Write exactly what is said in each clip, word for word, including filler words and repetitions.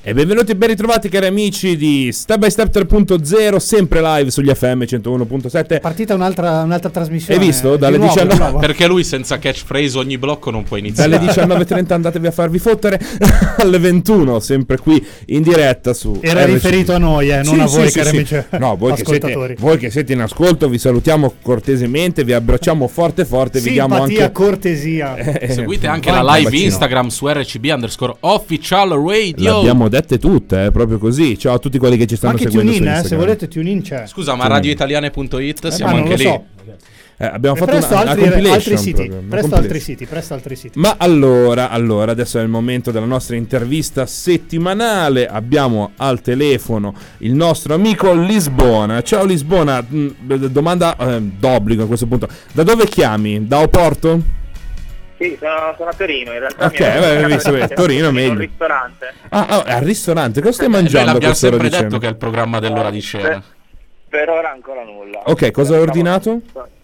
E benvenuti e ben ritrovati cari amici di Step by Step tre punto zero, sempre live sugli F M centouno punto sette. Partita un'altra, un'altra trasmissione. Hai visto? Dalle nuovo, diciannove Perché lui senza catchphrase ogni blocco non può iniziare. Dalle diciannove e trenta andatevi a farvi fottere. Alle ventuno, sempre qui in diretta su Era R C. riferito a noi, eh, non Sì, a voi, sì, cari sì, amici. sì. No, voi che, siete, voi che siete in ascolto, vi salutiamo cortesemente, vi abbracciamo forte forte, vi diamo Simpatia, anche cortesia. Eh, Seguite anche vai, la live bacino. Instagram su R C B underscore official radio. L'abbiamo dette tutte, eh, proprio così. Ciao a tutti quelli che ci stanno Anche seguendo TuneIn, su eh, se Instagram. volete TuneIn c'è. Scusa, ma radioitaliane punto it siamo Ah, non anche lo lì. so. Eh, abbiamo E fatto presto una, una altri, compilation altri siti, proprio, una presto compilation. altri siti, presto altri siti. Ma allora, allora, adesso è il momento della nostra intervista settimanale. Abbiamo al telefono il nostro amico Lisbona. Ciao Lisbona, mh, domanda eh, d'obbligo a questo punto. Da dove chiami? Da Oporto? Sì, sono, sono a Torino in realtà. Ok, mi è- beh, visto che Torino è in meglio. un ristorante. Ah, ah, al ristorante, cosa stai Noi mangiando a l'abbiamo quest'ora sempre di detto cena? che è il programma dell'ora di cena. Per, per ora ancora nulla. Ok, cosa hai ordinato?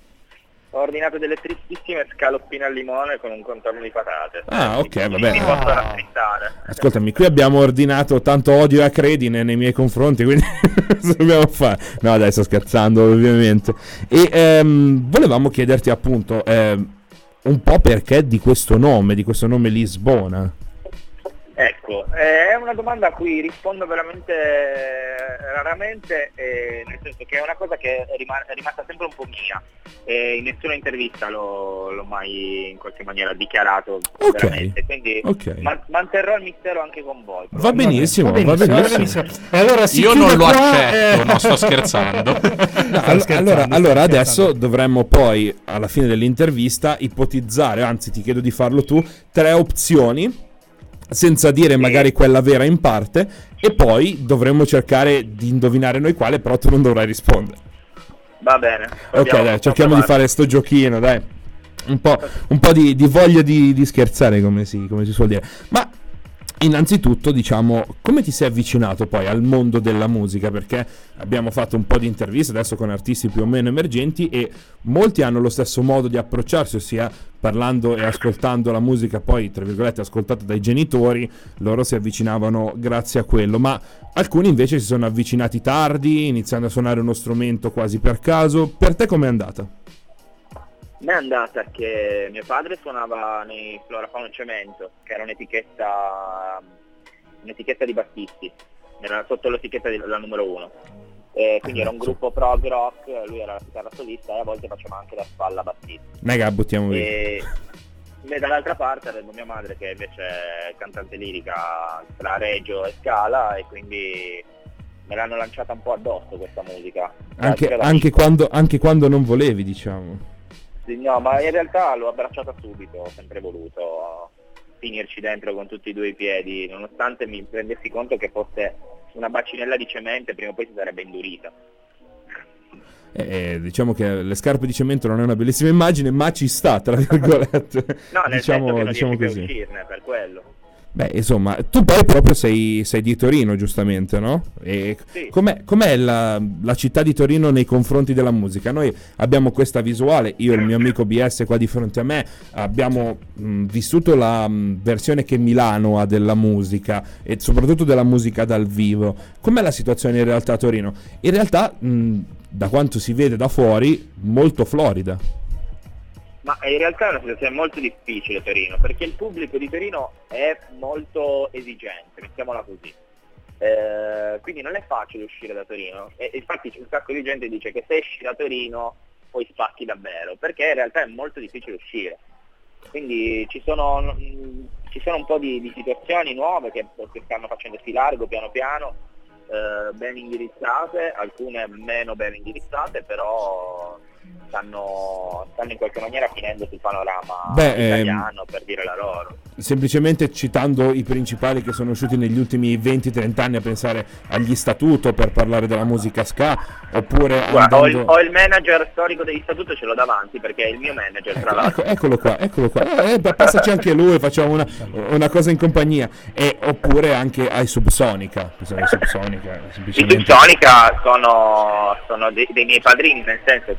Ho ordinato delle tristissime scaloppine al limone con un contorno di patate. Ah, ok, vabbè. Mi posso Ah. raffreddare. Ascoltami, qui abbiamo ordinato tanto odio e acredine nei miei confronti, quindi cosa dobbiamo fare? No, dai, sto scherzando, ovviamente. E ehm, volevamo chiederti appunto ehm, un po' perché di questo nome, di questo nome Lisbona. Ecco, eh, è una domanda a cui rispondo veramente eh, raramente, eh, nel senso che è una cosa che è, rima- è rimasta sempre un po' mia. Eh, in nessuna intervista l'ho, l'ho mai in qualche maniera dichiarato Ok, veramente, quindi ok. ma- manterrò il mistero anche con voi. Va benissimo, Va va benissimo, benissimo. va benissimo. E allora si Io chiude non lo qua, accetto, eh. no, sto scherzando. No, Sto allo- scherzando, allora, sto allora adesso scherzando. dovremmo poi, alla fine dell'intervista, ipotizzare, anzi ti chiedo di farlo tu, tre opzioni, senza dire magari quella vera in parte, e poi dovremmo cercare di indovinare noi quale, però tu non dovrai rispondere. Va bene. Ok, proviamo, dai, posso cerchiamo di provare. fare sto giochino, dai. Un po', un po' di, di voglia di, di scherzare, come si, come si suol dire. Ma innanzitutto, diciamo, come ti sei avvicinato poi al mondo della musica? Perché abbiamo fatto un po' di interviste adesso con artisti più o meno emergenti e molti hanno lo stesso modo di approcciarsi, ossia parlando e ascoltando la musica poi, tra virgolette, ascoltata dai genitori, loro si avvicinavano grazie a quello, ma alcuni invece si sono avvicinati tardi, iniziando a suonare uno strumento quasi per caso. Per te com'è andata? Mi è andata che mio padre suonava nei Flora Fauna Cemento, che era un'etichetta un'etichetta di Battisti, era sotto l'etichetta della numero uno. E quindi era un gruppo prog rock, lui era la chitarra solista e a volte faceva anche la spalla Battisti. Mega, buttiamo via. E e dall'altra parte avevo mia madre che invece è cantante lirica tra Reggio e Scala, e quindi me l'hanno lanciata un po' addosso questa musica. Anche, C'era- anche, quando, anche quando non volevi, diciamo. Sì, no, ma in realtà l'ho abbracciata subito, ho sempre voluto finirci dentro con tutti e due i piedi, nonostante mi rendessi conto che fosse una bacinella di cemento e prima o poi si sarebbe indurita. Eh, diciamo che le scarpe di cemento non è una bellissima immagine, ma ci sta, tra virgolette. No, nel diciamo, senso che non diciamo riesci più a così. uscirne, per quello. Beh, insomma, tu poi proprio sei, sei di Torino, giustamente, no? E Sì. com'è, com'è la, la città di Torino nei confronti della musica? Noi abbiamo questa visuale, io e il mio amico B S qua di fronte a me, abbiamo mh, vissuto la mh, versione che Milano ha della musica, e soprattutto della musica dal vivo. Com'è la situazione in realtà a Torino? In realtà, mh, da quanto si vede da fuori, molto florida. Ma in realtà è una situazione molto difficile a Torino, perché il pubblico di Torino è molto esigente, mettiamola così. Eh, quindi non è facile uscire da Torino, e infatti c'è un sacco di gente che dice che se esci da Torino poi spacchi davvero, perché in realtà è molto difficile uscire. Quindi ci sono, mh, ci sono un po' di, di situazioni nuove che, che stanno facendosi largo piano piano, eh, ben indirizzate, alcune meno ben indirizzate, però stanno, stanno in qualche maniera finendo sul panorama Beh, italiano, per dire la loro. Semplicemente citando i principali che sono usciti negli ultimi venti trenta anni, a pensare agli Statuto per parlare della musica ska, oppure Guarda, ho, il, andando... ho il manager storico degli Statuto, ce l'ho davanti perché è il mio manager, tra Ecco, l'altro. ecco, eccolo qua, eccolo qua. Eh, beh, passaci anche lui, facciamo una, una cosa in compagnia. E oppure anche ai Subsonica. Ai Subsonica, I semplicemente. Subsonica sono, sono dei, dei miei padrini, nel senso che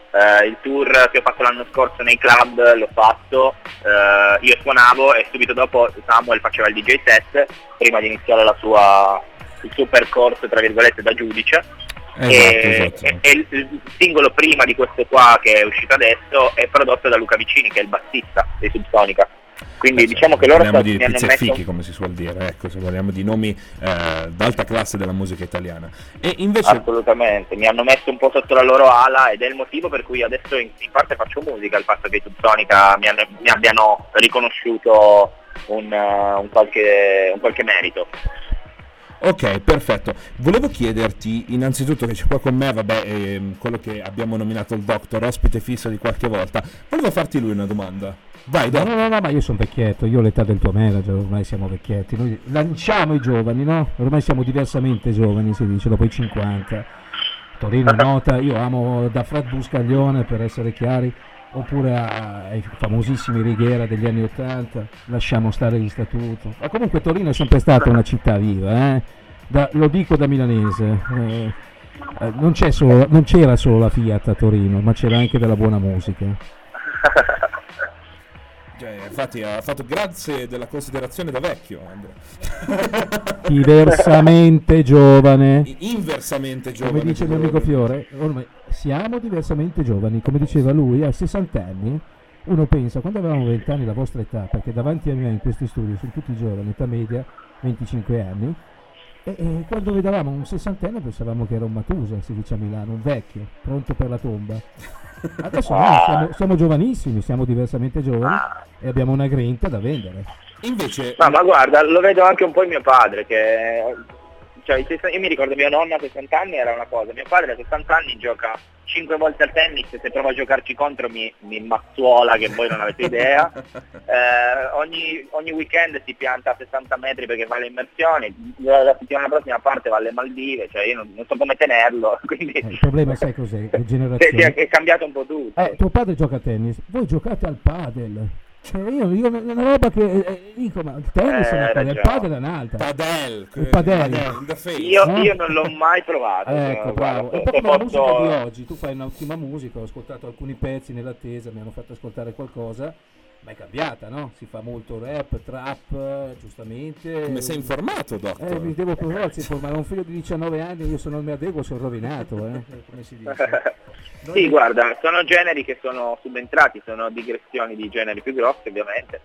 Uh, il tour che ho fatto l'anno scorso nei club l'ho fatto, uh, io suonavo e subito dopo Samuel faceva il D J set prima di iniziare la sua, il suo percorso tra virgolette da giudice. Esatto, e, esatto. e, e il singolo prima di questo qua che è uscito adesso è prodotto da Luca Vicini, che è il bassista dei Subsonica. Quindi Esatto, diciamo che loro parliamo di mi hanno pizza e messo fichi, come si suol dire, ecco, se parliamo di nomi eh, d'alta classe della musica italiana. E invece assolutamente, mi hanno messo un po' sotto la loro ala ed è il motivo per cui adesso in, in parte faccio musica, il fatto che i Subsonica mi, hanno, mi abbiano riconosciuto un, uh, un, qualche, un qualche merito. Ok, perfetto. Volevo chiederti innanzitutto, che c'è qua con me, vabbè, ehm, quello che abbiamo nominato il Doctor, ospite fisso di qualche volta. Volevo farti lui una domanda. Vai, No, Doc. no, no, no, ma io sono vecchietto, io ho l'età del tuo manager, ormai siamo vecchietti. Noi lanciamo i giovani, no? Ormai siamo diversamente giovani, si dice, dopo i cinquanta. Torino è nota, io amo da Fred Buscaglione, per essere chiari, oppure a- ai famosissimi Righiera degli anni ottanta, lasciamo stare gli statuto. Ma comunque Torino è sempre stata una città viva, eh? Da- lo dico da milanese. eh, eh, non, c'è solo- non c'era solo la Fiat a Torino, ma c'era anche della buona musica. Cioè, infatti ha fatto grazie della considerazione da vecchio, Andrea. Diversamente giovane. I- Inversamente giovane. Come dice il mio amico Fiore, ormai siamo diversamente giovani, come diceva lui, a sessanta anni. Uno pensa, quando avevamo venti anni, la vostra età, perché davanti a me in questi studi sono tutti giovani, età media venticinque anni, e, e quando vedevamo un sessantenne pensavamo che era un Matusa, si dice a Milano, un vecchio, pronto per la tomba. Adesso no, siamo, siamo giovanissimi, siamo diversamente giovani e abbiamo una grinta da vendere. Invece, No, ma guarda, lo vedo anche un po' in mio padre, che cioè, i sessanta io mi ricordo mia nonna a sessanta anni era una cosa, mio padre a sessanta anni gioca cinque volte al tennis e se prova a giocarci contro mi, mi mazzuola, che voi non avete idea. Eh, ogni, ogni weekend si pianta a sessanta metri perché fa le immersioni, la, la settimana prossima parte va alle Maldive, cioè io non, non so come tenerlo, quindi Eh, il problema sai cos'è? Le sì, sì, generazioni. è, è cambiato un po' tutto. Eh, tuo padre gioca a tennis, voi giocate al padel. Cioè io, io una roba che eh, dico, ma il tennis Eh, è una cosa, il ragione. padel è un'altra. Padel, Il padel. in the face. Io, no? io non l'ho mai provato. Ecco, eh, bravo. guarda, È un po' se come la musica posso- di oggi. Tu fai un'ottima musica, ho ascoltato alcuni pezzi nell'attesa, mi hanno fatto ascoltare qualcosa, ma è cambiata, no? Si fa molto rap, trap, giustamente. Come sei informato, Doctor? Eh, mi devo per forza informare, un figlio di diciannove anni, io se non mi adeguo sono rovinato, eh? Come si dice. Sì, guarda, sono generi che sono subentrati, sono digressioni di generi più grossi ovviamente,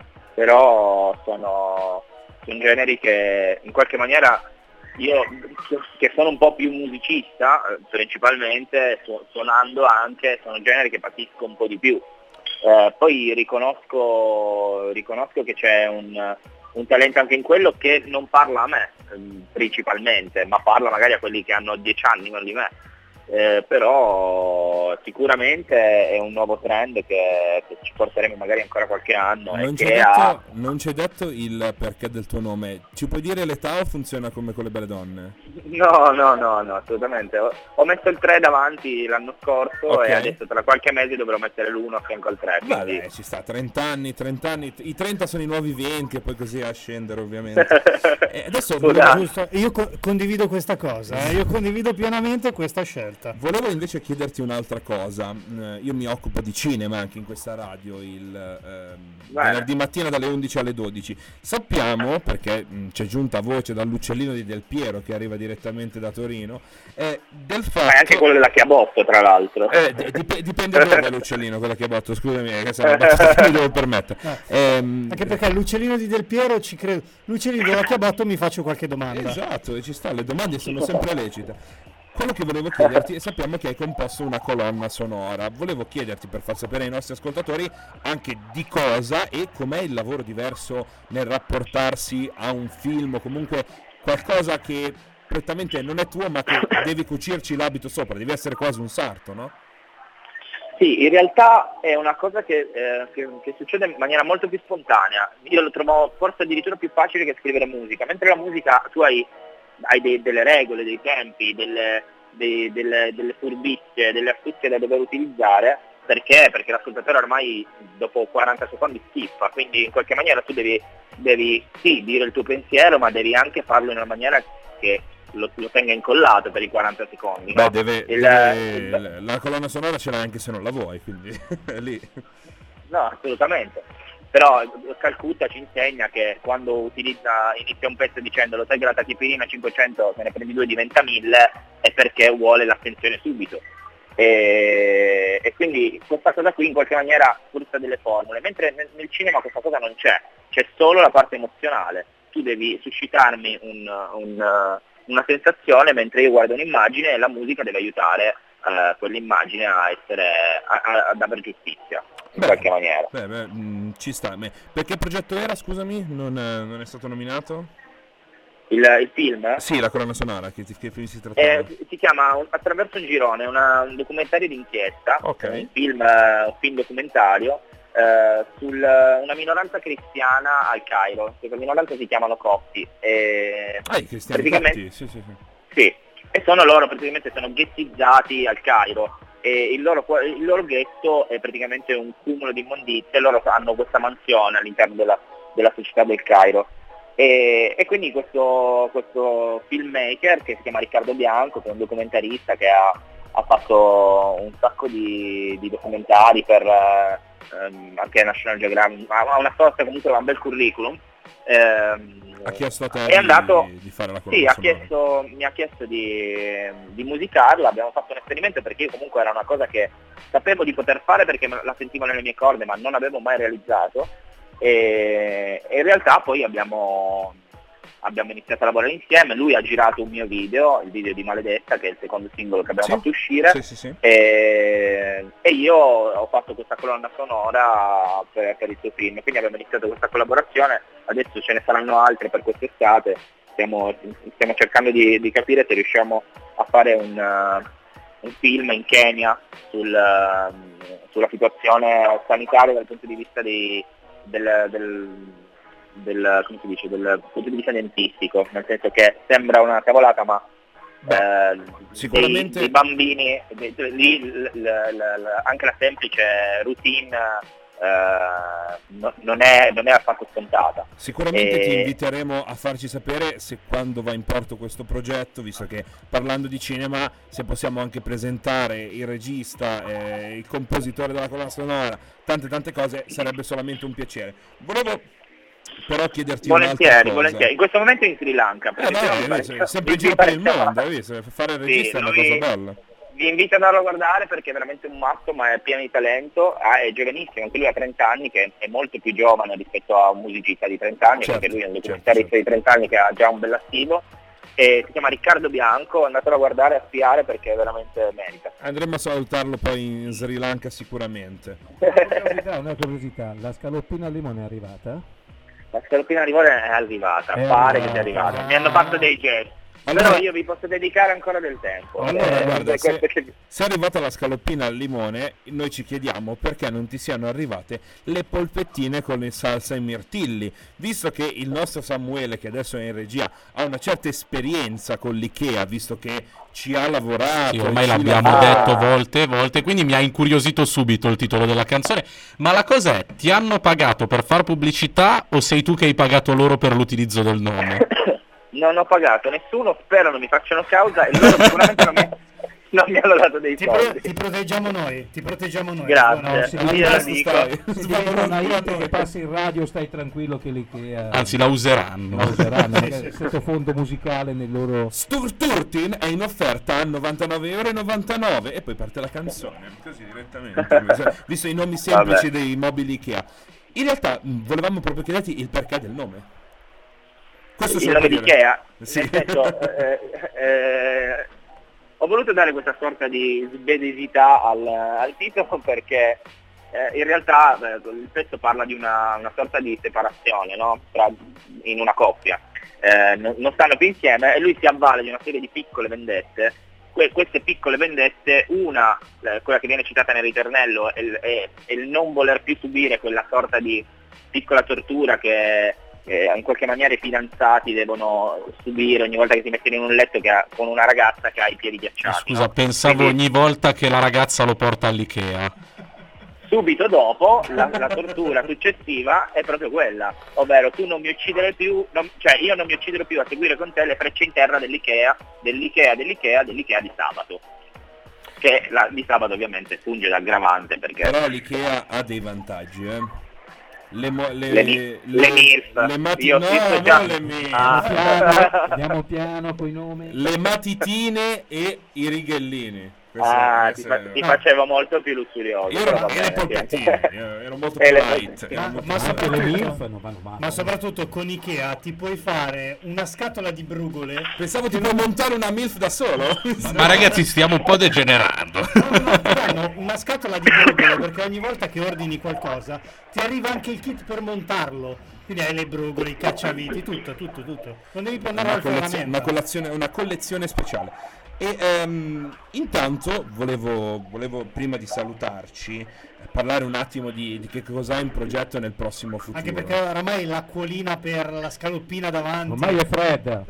però sono, sono generi che in qualche maniera io, che sono un po' più musicista, eh, principalmente su- suonando anche, sono generi che patisco un po' di più. Eh, poi riconosco, riconosco che c'è un, un talento anche in quello che non parla a me ehm, principalmente, ma parla magari a quelli che hanno dieci anni, non di me. Eh, però sicuramente è un nuovo trend che, che ci porteremo magari ancora qualche anno e Non ci che hai ha... detto, non ci hai detto il perché del tuo nome. Ci puoi dire l'età o funziona come con le belle donne? No, no, no, no, assolutamente. Ho, ho messo il tre davanti l'anno scorso Ok. e adesso tra qualche mese dovrò mettere l'uno a fianco al tre. Quindi... Vabbè, ci sta, trenta anni, trenta anni, i trenta sono i nuovi venti e poi così a scendere ovviamente. E adesso Scusa. volevo, Giusto, io co- condivido questa cosa, eh, io condivido pienamente questa scelta. volevo invece chiederti un'altra cosa. Mm, Io mi occupo di cinema anche in questa radio il ehm, Bene. venerdì mattina dalle undici alle dodici. Sappiamo, perché mh, c'è giunta voce dall'uccellino di Del Piero che arriva direttamente da Torino, eh, del fatto... Ma è anche quello della Chiabotto, tra l'altro. Eh, d- dip- dipende dove è l'uccellino, quella che ha battuto, scusami, che se una battuta che mi devo permettere. Ehm, Anche perché l'uccellino di Del Piero ci credo. L'uccellino della Chiabotto mi faccio qualche domanda. Esatto, e ci sta, le domande sono sempre lecite. Quello che volevo chiederti, e sappiamo che hai composto una colonna sonora, volevo chiederti, per far sapere ai nostri ascoltatori, anche di cosa e com'è il lavoro diverso nel rapportarsi a un film o comunque qualcosa che prettamente non è tuo ma che devi cucirci l'abito sopra, devi essere quasi un sarto, no? Sì, in realtà è una cosa che, eh, che, che succede in maniera molto più spontanea. Io lo trovo forse addirittura più facile che scrivere musica, mentre la musica tu hai, hai dei- delle regole, dei tempi, delle, dei- delle, delle furbizie, delle astuzie da dover utilizzare. Perché? Perché l'ascoltatore ormai dopo quaranta secondi schiffa, quindi in qualche maniera tu devi, devi sì dire il tuo pensiero, ma devi anche farlo in una maniera che lo, lo tenga incollato per i quaranta secondi. Beh, no? deve, Il- deve- il- la colonna sonora ce l'hai anche se non la vuoi, quindi è lì. No, assolutamente. Però Calcutta ci insegna che quando utilizza, inizia un pezzo dicendo lo sai che la tachipirina cinquecento se ne prendi due diventa mille, è perché vuole l'attenzione subito. E, e quindi questa cosa qui in qualche maniera sfrutta delle formule, mentre nel, nel cinema questa cosa non c'è, c'è solo la parte emozionale. Tu devi suscitarmi un, un, una sensazione mentre io guardo un'immagine e la musica deve aiutare eh, quell'immagine a essere a, a, ad aver giustizia. In Beh, qualche maniera. Beh, beh, mh, ci sta. Beh, perché progetto era, scusami? Non, eh, non è stato nominato? Il, il film Sì, la colonna sonora, che, che film si trattava? eh, si si chiama Un- Attraverso un girone, una- un documentario d'inchiesta, Ok. un film, eh, un film documentario eh, su una minoranza cristiana al Cairo. Questa minoranza si chiamano copti. E Ah, i cristiani praticamente- copti, sì, sì, sì. Sì, e sono loro praticamente sono ghettizzati al Cairo e il loro, il loro ghetto è praticamente un cumulo di immondizie, loro hanno questa mansione all'interno della, della società del Cairo. E, e quindi questo, questo filmmaker che si chiama Riccardo Bianco, che è un documentarista che ha, ha fatto un sacco di, di documentari per eh, ehm, anche National Geographic, ha ha una sorta comunque, ha un bel curriculum. ehm, Ha chiesto a te è di, andato, di fare la colonna sì, ha sonora. chiesto, mi ha chiesto di, di musicarla, abbiamo fatto un esperimento perché io comunque era una cosa che sapevo di poter fare perché me- la sentivo nelle mie corde ma non avevo mai realizzato e, e in realtà poi abbiamo, abbiamo iniziato a lavorare insieme, lui ha girato un mio video, il video di Maledetta che è il secondo singolo che abbiamo Sì, fatto uscire Sì, sì, sì. e, e io ho fatto questa colonna sonora per, per il suo film, quindi abbiamo iniziato questa collaborazione, adesso ce ne saranno altre per quest'estate, stiamo, stiamo cercando di, di capire se riusciamo a fare un, uh, un film in Kenya sul, uh, sulla situazione sanitaria dal punto di vista dei, del, del, del, come si dice, del punto di vista dentistico, nel senso che sembra una cavolata ma Beh, eh, sicuramente- dei, dei bambini, dei- lì l- l- l- anche la semplice routine eh, no- non, è, non è affatto scontata. Sicuramente E- ti inviteremo a farci sapere se quando va in porto questo progetto, visto che parlando di cinema, se possiamo anche presentare il regista, eh, il compositore della colonna sonora, tante tante cose, sarebbe solamente un piacere. Volevo però chiederti Volentieri, un'altra cosa. volentieri. In questo momento in Sri Lanka. Eh, perché no, se no eh, mi pare- è sempre in mi giro per pare- il mondo, hai visto? Fare il Sì, regista è una lui- cosa bella. Vi invito ad andarlo a guardare perché è veramente un matto, ma è pieno di talento, ah, è giovanissimo, anche lui ha trenta anni, che è molto più giovane rispetto a un musicista di trenta anni, Certo, perché lui è un certo, documentarista certo. di trenta anni che ha già un bell'attivo, e si chiama Riccardo Bianco, andatelo a guardare, a spiare perché veramente merita. Andremo a salutarlo poi in Sri Lanka sicuramente. Una curiosità, una curiosità, la scaloppina al limone è arrivata? La scaloppina di Limone è arrivata, È pare che sia arrivata. arrivata, mi hanno fatto dei gesti. Allora- Però io vi posso dedicare ancora del tempo. Allora, Eh, guarda, per se, questo che- se è arrivata la scaloppina al limone, noi ci chiediamo perché non ti siano arrivate le polpettine con le salsa e mirtilli, visto che il nostro Samuele, che adesso è in regia, ha una certa esperienza con l'IKEA, visto che ci ha lavorato. Sì, ormai ci l'abbiamo lavora. detto volte e volte, quindi mi ha incuriosito subito il titolo della canzone. Ma la cosa è, ti hanno pagato per far pubblicità o sei tu che hai pagato loro per l'utilizzo del nome? Non ho pagato nessuno, spero non mi facciano causa e loro sicuramente non mi, non mi hanno dato dei Ti, pro- soldi. ti proteggiamo noi, ti proteggiamo noi. Grazie. Buona- si io vede- lo Adesso dico. stai. Se diventa una hit che passa in radio, stai tranquillo che l'IKEA Anzi, la useranno. la useranno, magari sottofondo musicale nel loro... Sturturtin è in offerta a novantanove euro e novantanove e poi parte la canzone, così direttamente, visto i nomi semplici Vabbè. dei mobili IKEA. In realtà mh, volevamo proprio chiederti il perché del nome. Questo Il solo nome per di dire. Ikea, Sì. nel senso, eh, eh, ho voluto dare questa sorta di svedesità al, al titolo perché eh, in realtà eh, il pezzo parla di una, una sorta di separazione, no? Tra, in una coppia. Eh, non, non stanno più insieme e lui si avvale di una serie di piccole vendette. Que- queste piccole vendette, una, eh, quella che viene citata nel ritornello, è, il- è- è il non voler più subire quella sorta di piccola tortura che eh, in qualche maniera i fidanzati devono subire ogni volta che si mettono in un letto che ha- con una ragazza che ha i piedi ghiacciati. Scusa, no? pensavo Quindi- ogni volta che la ragazza lo porta all'IKEA. subito dopo la, la tortura successiva è proprio quella, ovvero tu non mi uccidere più, non, cioè io non mi ucciderò più a seguire con te le frecce in terra dell'Ikea, dell'Ikea, dell'Ikea, dell'Ikea di sabato. Che la, di sabato ovviamente funge da aggravante perché... Però l'Ikea ha dei vantaggi, eh. Le, mo- le, le, le, le MILF, le mati- io no, no, già... le MILF. Ah. Piano, andiamo piano con i nomi. Le matitine e i righellini. Questo, Ah, questo ti, fa- è- ti facevo molto più lussurioso. Io però ero, va e le bene, sì. polpettine, io ero molto E le polite. polpettine. ero Ma, molto ma polite. Anche le soprattutto, MILF non vanno male. ma soprattutto con Ikea ti puoi fare una scatola di brugole. Pensavo ti puoi montare una MILF da solo. Ma ragazzi, stiamo un po' degenerando. No, no, no, una scatola di brugole, perché ogni volta che ordini qualcosa ti arriva anche il kit per montarlo. Quindi hai le brugole, i cacciaviti, tutto, tutto, tutto. Non devi più andare Una al collezione, ferramenta. una, collezione, una collezione speciale. E ehm, intanto volevo, volevo, prima di salutarci, eh, parlare un attimo di, di che cosa hai in progetto nel prossimo futuro. Anche perché oramai l'acquolina per la scaloppina davanti. Ormai è fredda.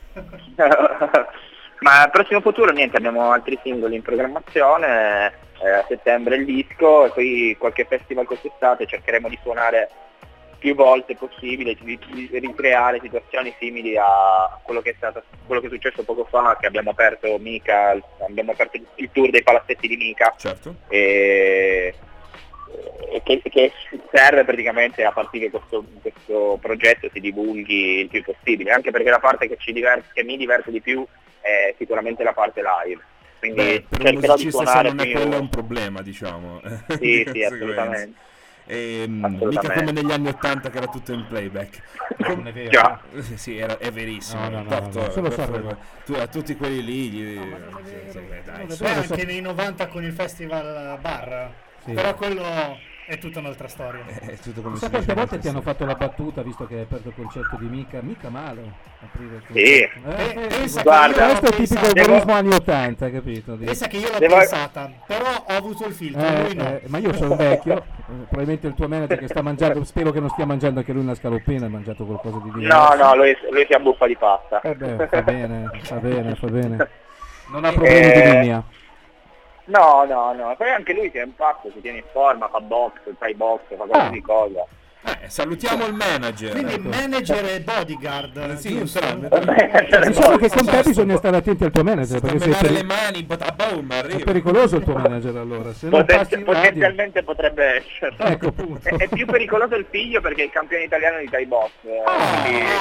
Ma al prossimo futuro niente, abbiamo altri singoli in programmazione, eh, a settembre il disco e poi qualche festival quest'estate, cercheremo di suonare più volte possibile, di, di ricreare situazioni simili a quello che è stato quello che è successo poco fa, che abbiamo aperto Mica, abbiamo aperto il tour dei palazzetti di Mica Certo. e, e che, che serve praticamente a partire che questo, questo progetto si divulghi il più possibile, anche perché la parte che, ci diverte, che mi diverte di più è sicuramente la parte live. Quindi Beh, per un cercherò di musicista se suonare non è più... quello è un problema, diciamo. Sì, Di sì, conseguenza. assolutamente. E, mm, Assolutamente. mica come negli anni ottanta che era tutto in playback. Non è vero. Già. Sì, sì, era, è verissimo. No, no, no, Torto, no, no, solo per Sanremo. favore. Tu, a tutti quelli lì gli... No, ma non è sì, vero. sì, dai, Non è su. vero, so- anche nei novanta con il festival bar. Sì. Però quello è tutta un'altra storia. È tutto come Chissà si quante dice volte nel ti hanno testo. fatto la battuta, visto che hai aperto il concerto di Mica. Mica male. Aprire il Sì. concerto. Eh, Eh, eh, pensa che guarda, io l'ho questo è il tipico pensato- egoismo anni ottanta, capito? Di- Pensa che io l'ho Devo- pensata, però ho avuto il filtro, Eh, lui no. eh, ma io sono vecchio, eh, probabilmente il tuo manager che sta mangiando, spero che non stia mangiando anche lui una scaloppina, ha mangiato qualcosa di diverso. No, no, lui, lui si abbuffa di pasta. Eh beh, fa bene, fa bene, fa bene. Non ha problemi Eh, di linea. No, no, no, poi anche lui si è in pasta, si tiene in forma, fa box, fai box, fa qualsiasi Ah. cosa. Eh, salutiamo il manager. Quindi ecco. manager e bodyguard. Eh, sì, giusto? entrambi. Diciamo che con te bisogna stare attenti al tuo manager, perché sei menare peri- le mani, but- ah, boom, è arriva. pericoloso il tuo manager allora. Se non Poten- passi in radio... potenzialmente potrebbe essere. Ecco, appunto. È, è più pericoloso il figlio perché è il campione italiano di Thai box. eh, Ah.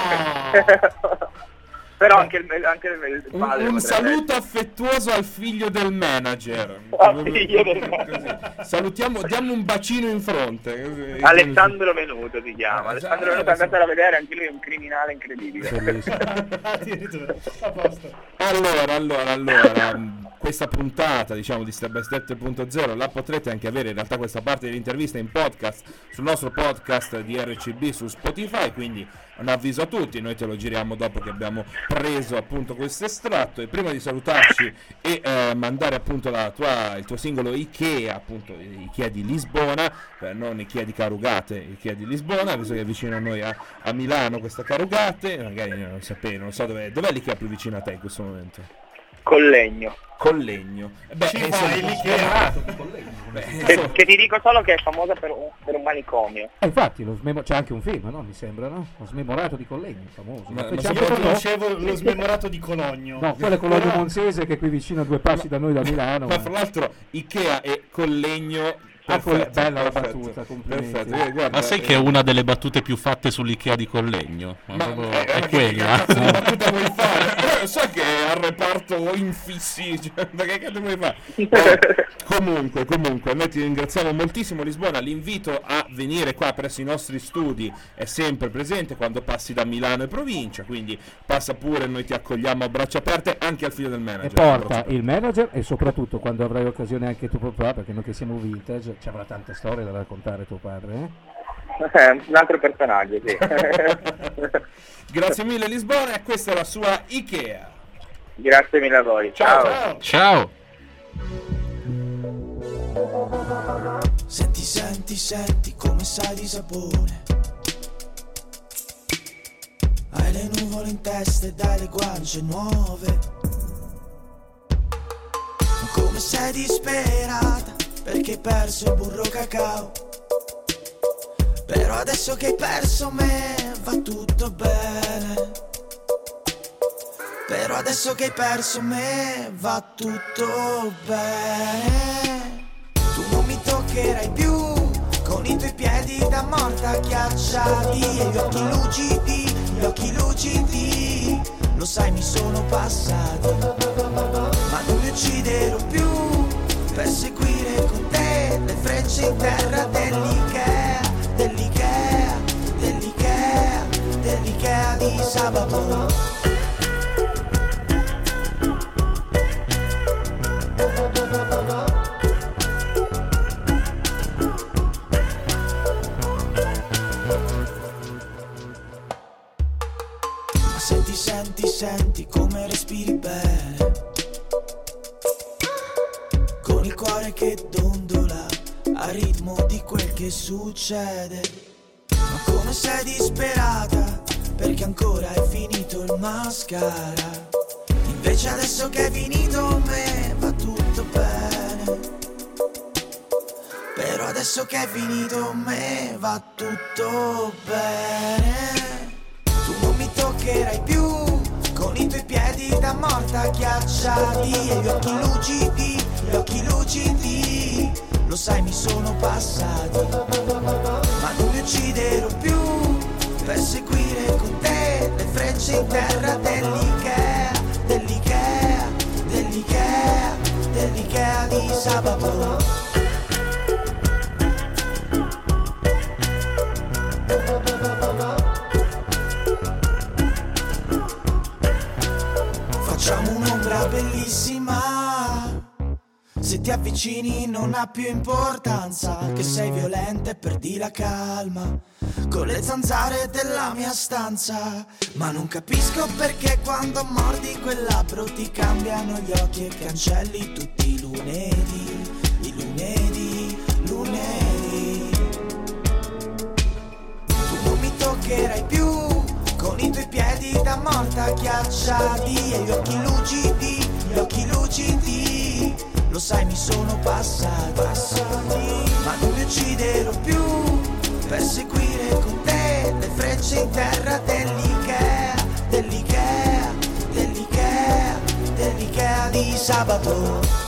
quindi- Però anche il, anche il Un, padre un potrebbe saluto affettuoso al figlio del manager. Al figlio del Così. Salutiamo, diamo un bacino in fronte. così. essere. Alessandro Venuto si chiama. Ah, Alessandro già, Venuto, adesso- andatelo a vedere, anche lui è un criminale incredibile. Bellissimo. Addirittura, a posto. Allora, allora, allora, mh, questa puntata, diciamo, di Step by Step punto zero la potrete anche avere, in realtà questa parte dell'intervista in podcast, sul nostro podcast di R C B su Spotify, quindi un avviso a tutti, noi te lo giriamo dopo che abbiamo preso appunto questo estratto. E prima di salutarci e eh, mandare appunto la tua, il tuo singolo Ikea, appunto Ikea di Lisbona, eh, non Ikea di Carugate, Ikea di Lisbona, visto che è vicino a noi a, a Milano questa Carugate, magari non sapevo, non so dov'è, dov'è l'Ikea più vicino a te in questo momento? Collegno. Collegno. Eh Beh, Ci insomma, fai l'Ikea. beh, Che, insomma, che ti dico solo che è famosa per un, per un manicomio. Eh, infatti, lo smemo- c'è anche un film, no? Mi sembra, no? Lo smemorato di Collegno, famoso. Ma- Lo ma facciamo Io con- conoscevo lo smemorato di Cologno. No, quello è Cologno Però- Monzese che è qui vicino a due passi da noi da Milano. ma ma- fra l'altro Ikea e Collegno. Ah, quella- Perfetto, bella la perfetto, battuta, complimenti. perfetto. Eh, guarda, Ma sai che è una delle battute più fatte sull'Ikea di Collegno? Ma Ma proprio- eh, è che quella. cazzo di battuta vuoi fare? Eh, sai che al reparto infissi, cioè, ma che cazzo vuoi fare? Eh, comunque, comunque, noi ti ringraziamo moltissimo Lisbona, l'invito a venire qua presso i nostri studi è sempre presente quando passi da Milano e provincia, quindi passa pure, noi ti accogliamo a braccia aperte, anche al figlio del manager. E porta il manager e soprattutto quando avrai occasione anche tuo papà, perché noi che siamo vintage ci avrà tante storie da raccontare tuo padre, eh? Un altro personaggio, sì. Grazie mille Lisbona e questa è la sua Ikea. Grazie mille a voi. Ciao, Ciao. Ciao. Senti, senti, senti come sai di sapone. Hai le nuvole in testa e dai le guance nuove. Ma come sei disperata, perché hai perso il burro cacao. Però adesso che hai perso me va tutto bene. Però adesso che hai perso me va tutto bene. Tu non mi toccherai più con i tuoi piedi da morta ghiacciati e gli occhi lucidi, gli occhi lucidi, lo sai mi sono passati. Ma non mi ucciderò più per seguire con te le frecce in terra dell'Ikea, dell'Ikea, dell'Ikea, dell'Ikea di sabato. Ma senti, senti, senti come respiri bene, con il cuore che dondola al ritmo di quel che succede. Ma come sei disperata perché ancora è finito il mascara. Invece adesso che è finito me va tutto bene. Però adesso che è finito me va tutto bene. Tu non mi toccherai più con i tuoi piedi da morta ghiacciati e gli occhi lucidi, gli occhi lucidi, lo sai mi sono passati. Ma non mi ucciderò più per seguire con te le frecce in terra dell'Ikea, dell'Ikea, dell'Ikea, dell'Ikea di sabato. Facciamo un'ombra bellissima, se ti avvicini non ha più importanza, che sei violenta e perdi la calma con le zanzare della mia stanza. Ma non capisco perché quando mordi quel labbro ti cambiano gli occhi e cancelli tutti i lunedì, i lunedì, lunedì. Tu non mi toccherai più con i tuoi piedi da morta ghiacciati e gli occhi lucidi, gli occhi lucidi, lo sai mi sono passati, passati. Ma non mi ucciderò più per seguire con te le frecce in terra dell'Ikea, dell'Ikea, dell'Ikea, dell'Ikea di sabato.